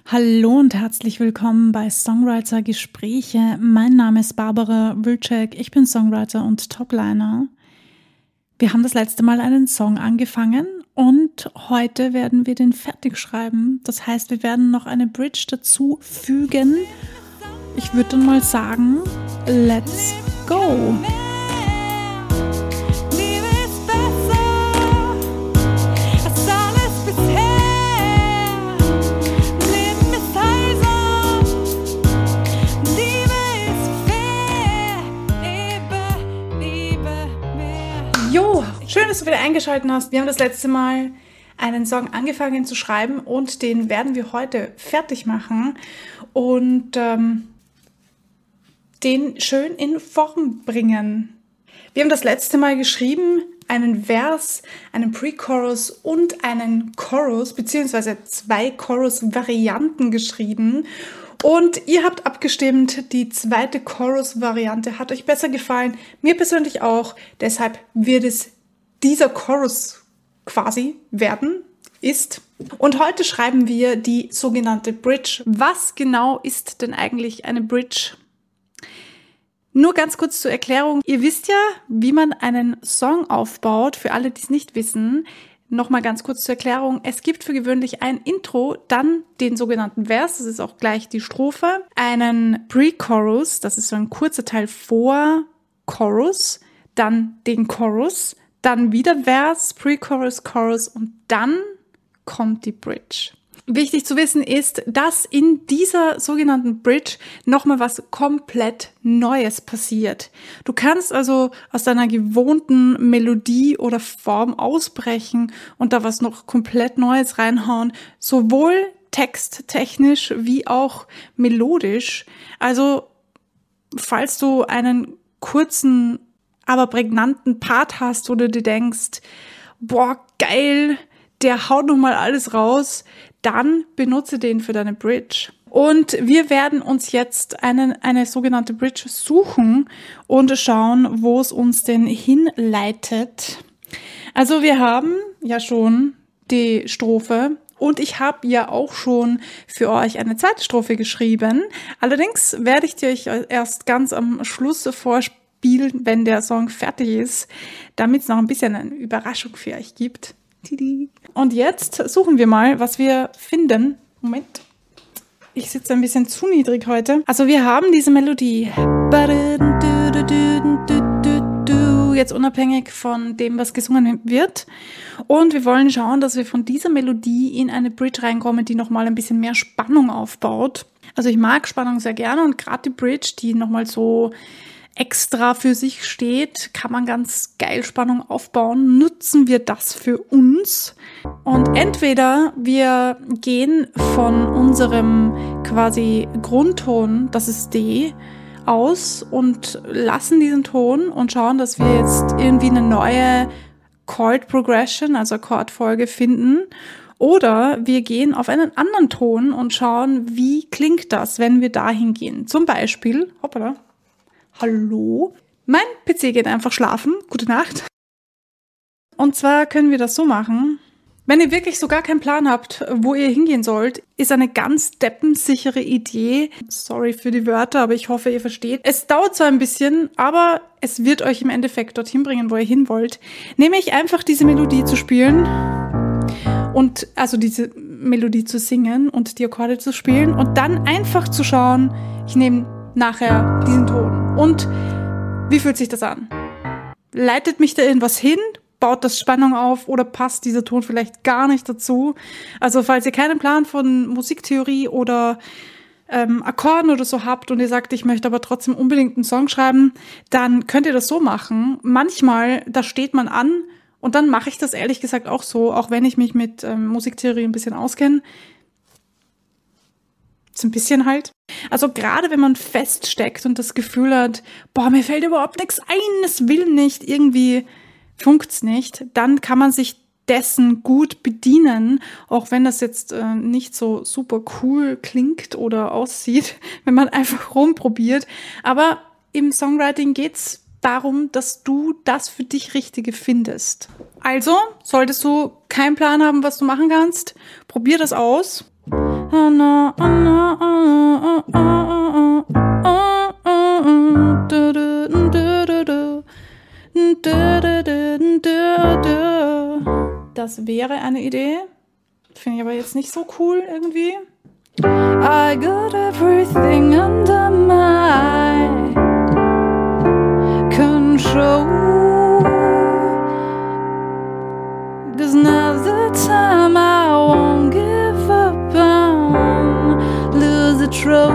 Hallo und herzlich willkommen bei Songwriter Gespräche. Mein Name ist Barbara Wilczek, ich bin Songwriter und Topliner. Wir haben das letzte Mal einen Song angefangen und heute werden wir den fertig schreiben. Das heißt, wir werden noch eine Bridge dazu fügen. Ich würde dann mal sagen, let's go! Jo, schön, dass du wieder eingeschaltet hast. Wir haben das letzte Mal einen Song angefangen zu schreiben und den werden wir heute fertig machen und den schön in Form bringen. Wir haben das letzte Mal geschrieben, einen Vers, einen Pre-Chorus und einen Chorus, beziehungsweise 2 Chorus-Varianten geschrieben. Und ihr habt abgestimmt, die zweite Chorus-Variante hat euch besser gefallen, mir persönlich auch. Deshalb wird es dieser Chorus quasi werden, ist. Und heute schreiben wir die sogenannte Bridge. Was genau ist denn eigentlich eine Bridge? Nur ganz kurz zur Erklärung. Ihr wisst ja, wie man einen Song aufbaut, für alle, die es nicht wissen. Nochmal ganz kurz zur Erklärung. Es gibt für gewöhnlich ein Intro, dann den sogenannten Vers, das ist auch gleich die Strophe, einen Pre-Chorus, das ist so ein kurzer Teil vor Chorus, dann den Chorus, dann wieder Vers, Pre-Chorus, Chorus und dann kommt die Bridge. Wichtig zu wissen ist, dass in dieser sogenannten Bridge nochmal was komplett Neues passiert. Du kannst also aus deiner gewohnten Melodie oder Form ausbrechen und da was noch komplett Neues reinhauen, sowohl texttechnisch wie auch melodisch. Also, falls du einen kurzen, aber prägnanten Part hast, wo du dir denkst, boah, geil, der haut nochmal alles raus, dann benutze den für deine Bridge. Und wir werden uns jetzt eine sogenannte Bridge suchen und schauen, wo es uns denn hinleitet. Also wir haben ja schon die Strophe und ich habe ja auch schon für euch eine zweite Strophe geschrieben. Allerdings werde ich die euch erst ganz am Schluss vorspielen, wenn der Song fertig ist, damit es noch ein bisschen eine Überraschung für euch gibt. Und jetzt suchen wir mal, was wir finden. Moment, ich sitze ein bisschen zu niedrig heute. Also wir haben diese Melodie. Jetzt unabhängig von dem, was gesungen wird. Und wir wollen schauen, dass wir von dieser Melodie in eine Bridge reinkommen, die nochmal ein bisschen mehr Spannung aufbaut. Also ich mag Spannung sehr gerne und gerade die Bridge, die nochmal so extra für sich steht, kann man ganz geil Spannung aufbauen. Nutzen wir das für uns. Und entweder wir gehen von unserem quasi Grundton, das ist D, aus und lassen diesen Ton und schauen, dass wir jetzt irgendwie eine neue Chord Progression, also Akkordfolge finden. Oder wir gehen auf einen anderen Ton und schauen, wie klingt das, wenn wir dahin gehen. Zum Beispiel, hoppala, hallo, mein PC geht einfach schlafen. Gute Nacht. Und zwar können wir das so machen. Wenn ihr wirklich so gar keinen Plan habt, wo ihr hingehen sollt, ist eine ganz deppensichere Idee. Sorry für die Wörter, aber ich hoffe, ihr versteht. Es dauert zwar ein bisschen, aber es wird euch im Endeffekt dorthin bringen, wo ihr hin wollt. Nämlich einfach diese Melodie zu spielen und also diese Melodie zu singen und die Akkorde zu spielen und dann einfach zu schauen, ich nehme nachher diesen Ton. Und wie fühlt sich das an? Leitet mich da irgendwas hin? Baut das Spannung auf oder passt dieser Ton vielleicht gar nicht dazu? Also falls ihr keinen Plan von Musiktheorie oder Akkorden oder so habt und ihr sagt, ich möchte aber trotzdem unbedingt einen Song schreiben, dann könnt ihr das so machen. Manchmal, da steht man an und dann mache ich das ehrlich gesagt auch so, auch wenn ich mich mit Musiktheorie ein bisschen auskenne. So ein bisschen halt. Also gerade wenn man feststeckt und das Gefühl hat, boah, mir fällt überhaupt nichts ein, es will nicht, irgendwie funkt's nicht, dann kann man sich dessen gut bedienen, auch wenn das jetzt nicht so super cool klingt oder aussieht, wenn man einfach rumprobiert. Aber im Songwriting geht's darum, dass du das für dich Richtige findest. Also, solltest du keinen Plan haben, was du machen kannst, probier das aus. Das wäre eine Idee. Finde ich aber jetzt nicht so cool irgendwie. I got everything under my control. 'Cause now's the time I won't give up on lose the control.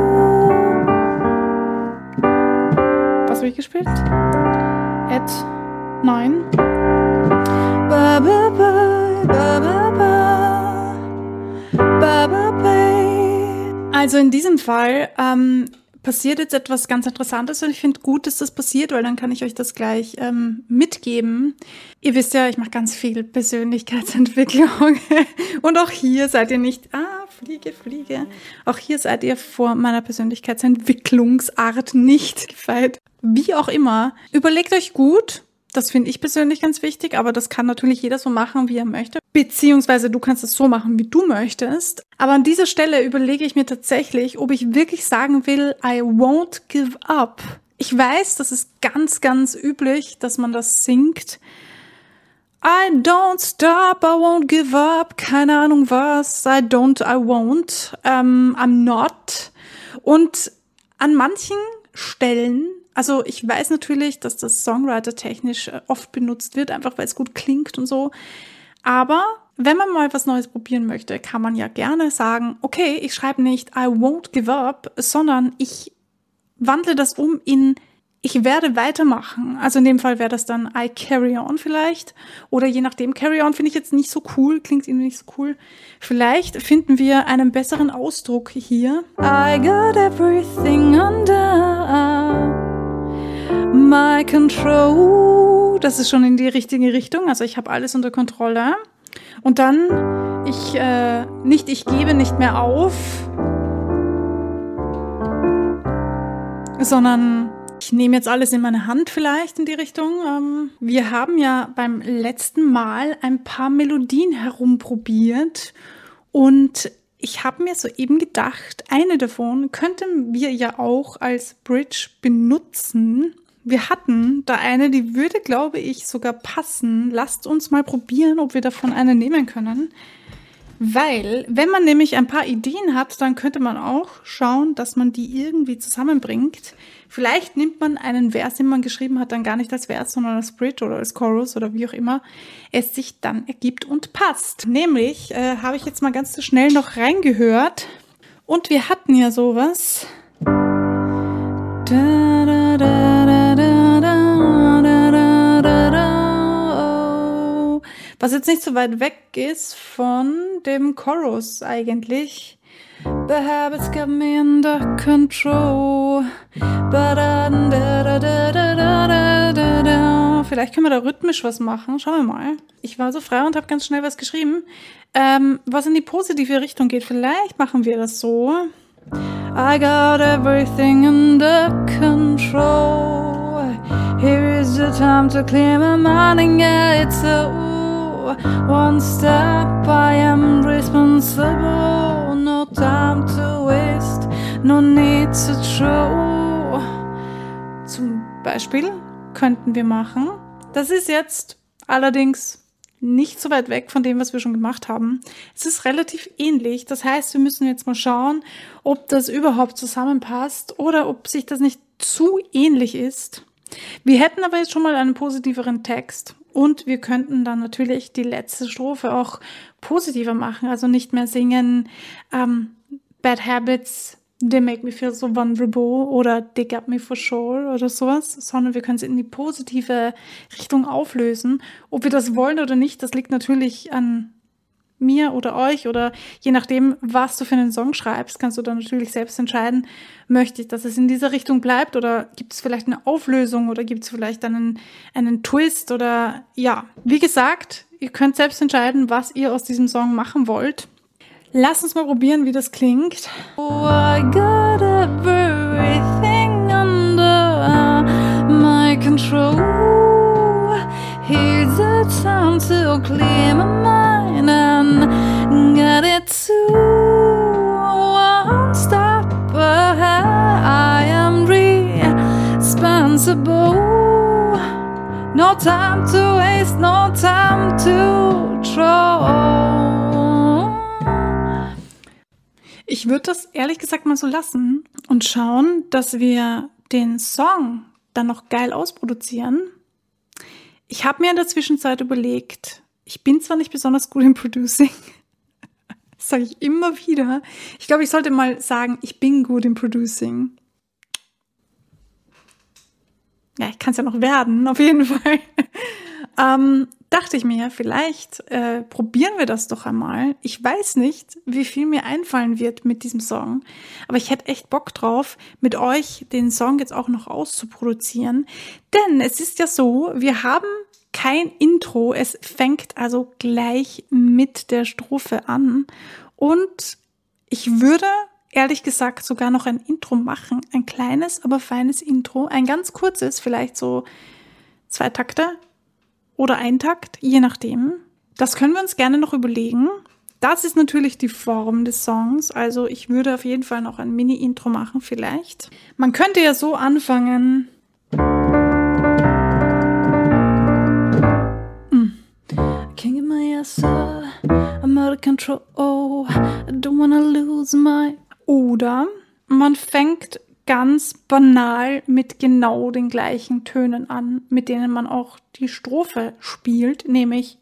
Was habe ich gespielt? At 9. Ba, ba, ba, ba, ba, ba. Ba, ba, ba. Also in diesem Fall passiert jetzt etwas ganz Interessantes und ich finde gut, dass das passiert, weil dann kann ich euch das gleich mitgeben. Ihr wisst ja, ich mache ganz viel Persönlichkeitsentwicklung und auch hier seid ihr nicht, Fliege. Auch hier seid ihr vor meiner Persönlichkeitsentwicklungsart nicht gefeit. Wie auch immer, überlegt euch gut. Das finde ich persönlich ganz wichtig, aber das kann natürlich jeder so machen, wie er möchte. Beziehungsweise du kannst es so machen, wie du möchtest. Aber an dieser Stelle überlege ich mir tatsächlich, ob ich wirklich sagen will, I won't give up. Ich weiß, das ist ganz, ganz üblich, dass man das singt. I don't stop, I won't give up. Keine Ahnung was. I won't. I'm not. Und an manchen Stellen, also ich weiß natürlich, dass das Songwriter-technisch oft benutzt wird, einfach weil es gut klingt und so. Aber wenn man mal was Neues probieren möchte, kann man ja gerne sagen, okay, ich schreibe nicht I won't give up, sondern ich wandle das um in ich werde weitermachen. Also in dem Fall wäre das dann I carry on vielleicht. Oder je nachdem, carry on finde ich jetzt nicht so cool, klingt irgendwie nicht so cool. Vielleicht finden wir einen besseren Ausdruck hier. I got everything under my control. Das ist schon in die richtige Richtung. Also ich habe alles unter Kontrolle. Und dann, ich gebe nicht mehr auf, sondern ich nehme jetzt alles in meine Hand vielleicht in die Richtung. Wir haben ja beim letzten Mal ein paar Melodien herumprobiert und ich habe mir soeben gedacht, eine davon könnten wir ja auch als Bridge benutzen. Wir hatten da eine, die würde, glaube ich, sogar passen. Lasst uns mal probieren, ob wir davon eine nehmen können. Weil, wenn man nämlich ein paar Ideen hat, dann könnte man auch schauen, dass man die irgendwie zusammenbringt. Vielleicht nimmt man einen Vers, den man geschrieben hat, dann gar nicht als Vers, sondern als Bridge oder als Chorus oder wie auch immer es sich dann ergibt und passt. Nämlich habe ich jetzt mal ganz schnell noch reingehört und wir hatten ja sowas. Was jetzt nicht so weit weg ist von dem Chorus eigentlich. The habits got me under control. Vielleicht können wir da rhythmisch was machen. Schauen wir mal. Ich war so frei und habe ganz schnell was geschrieben. Was in die positive Richtung geht. Vielleicht machen wir das so. I got everything under control. Here is the time to clear my mind and get it so. One step, I am responsible. No time to waste, no need to throw. Zum Beispiel könnten wir machen. Das ist jetzt allerdings nicht so weit weg von dem, was wir schon gemacht haben. Es ist relativ ähnlich. Das heißt, wir müssen jetzt mal schauen, ob das überhaupt zusammenpasst oder ob sich das nicht zu ähnlich ist. Wir hätten aber jetzt schon mal einen positiveren Text. Und wir könnten dann natürlich die letzte Strophe auch positiver machen. Also nicht mehr singen Bad Habits, they make me feel so vulnerable oder they got me for sure oder sowas, sondern wir können es in die positive Richtung auflösen. Ob wir das wollen oder nicht, das liegt natürlich an mir oder euch oder je nachdem, was du für einen Song schreibst, kannst du dann natürlich selbst entscheiden, möchte ich, dass es in dieser Richtung bleibt oder gibt es vielleicht eine Auflösung oder gibt es vielleicht einen Twist oder ja, wie gesagt, ihr könnt selbst entscheiden, was ihr aus diesem Song machen wollt. Lasst uns mal probieren, wie das klingt. Oh, I got everything under my control. Here's the time to clear my mind and get it too. no time to waste, no time to throw. Ich würde das ehrlich gesagt mal so lassen und schauen, dass wir den Song dann noch geil ausproduzieren. Ich habe mir in der Zwischenzeit überlegt, ich bin zwar nicht besonders gut im Producing, das sage ich immer wieder. Ich glaube, ich sollte mal sagen, ich bin gut im Producing. Ja, ich kann es ja noch werden, auf jeden Fall. Dachte ich mir, vielleicht probieren wir das doch einmal. Ich weiß nicht, wie viel mir einfallen wird mit diesem Song, aber ich hätte echt Bock drauf, mit euch den Song jetzt auch noch auszuproduzieren. Denn es ist ja so, wir haben kein Intro, es fängt also gleich mit der Strophe an und ich würde ehrlich gesagt sogar noch ein Intro machen, ein kleines, aber feines Intro, ein ganz kurzes, vielleicht so 2 Takte oder 1 Takt, je nachdem. Das können wir uns gerne noch überlegen. Das ist natürlich die Form des Songs, also ich würde auf jeden Fall noch ein Mini-Intro machen vielleicht. Man könnte ja so anfangen. Can't get my ass up, I'm out of control, I don't wanna lose my... Oder man fängt ganz banal mit genau den gleichen Tönen an, mit denen man auch die Strophe spielt, nämlich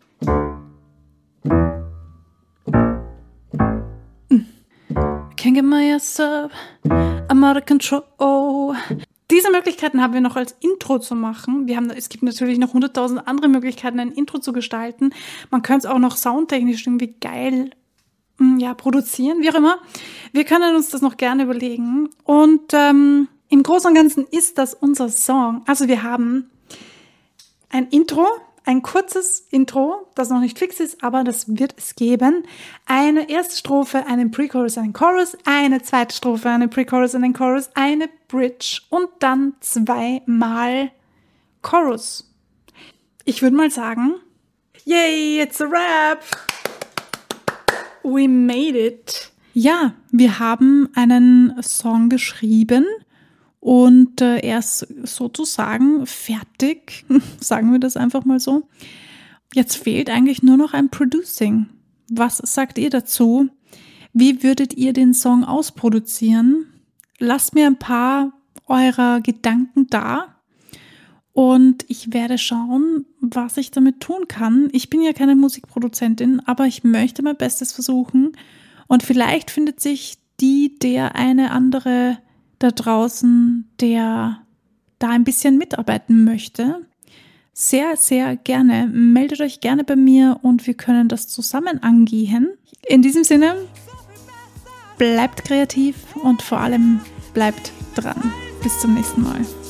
Can't get my ass up, I'm out of control. Diese Möglichkeiten haben wir noch als Intro zu machen. Es gibt natürlich noch 100.000 andere Möglichkeiten, ein Intro zu gestalten. Man könnte es auch noch soundtechnisch irgendwie geil produzieren, wie auch immer. Wir können uns das noch gerne überlegen. Und im Großen und Ganzen ist das unser Song. Also wir haben ein Intro, ein kurzes Intro, das noch nicht fix ist, aber das wird es geben. Eine erste Strophe, einen Pre-Chorus, einen Chorus, eine zweite Strophe, einen Pre-Chorus, einen Chorus, eine Bridge und dann 2-mal Chorus. Ich würde mal sagen, yay, it's a wrap! We made it! Ja, wir haben einen Song geschrieben und er ist sozusagen fertig, sagen wir das einfach mal so. Jetzt fehlt eigentlich nur noch ein Producing. Was sagt ihr dazu? Wie würdet ihr den Song ausproduzieren? Lasst mir ein paar eurer Gedanken da und ich werde schauen, was ich damit tun kann. Ich bin ja keine Musikproduzentin, aber ich möchte mein Bestes versuchen und vielleicht findet sich der eine andere da draußen, der da ein bisschen mitarbeiten möchte. Sehr, sehr gerne. Meldet euch gerne bei mir und wir können das zusammen angehen. In diesem Sinne, bleibt kreativ und vor allem bleibt dran. Bis zum nächsten Mal.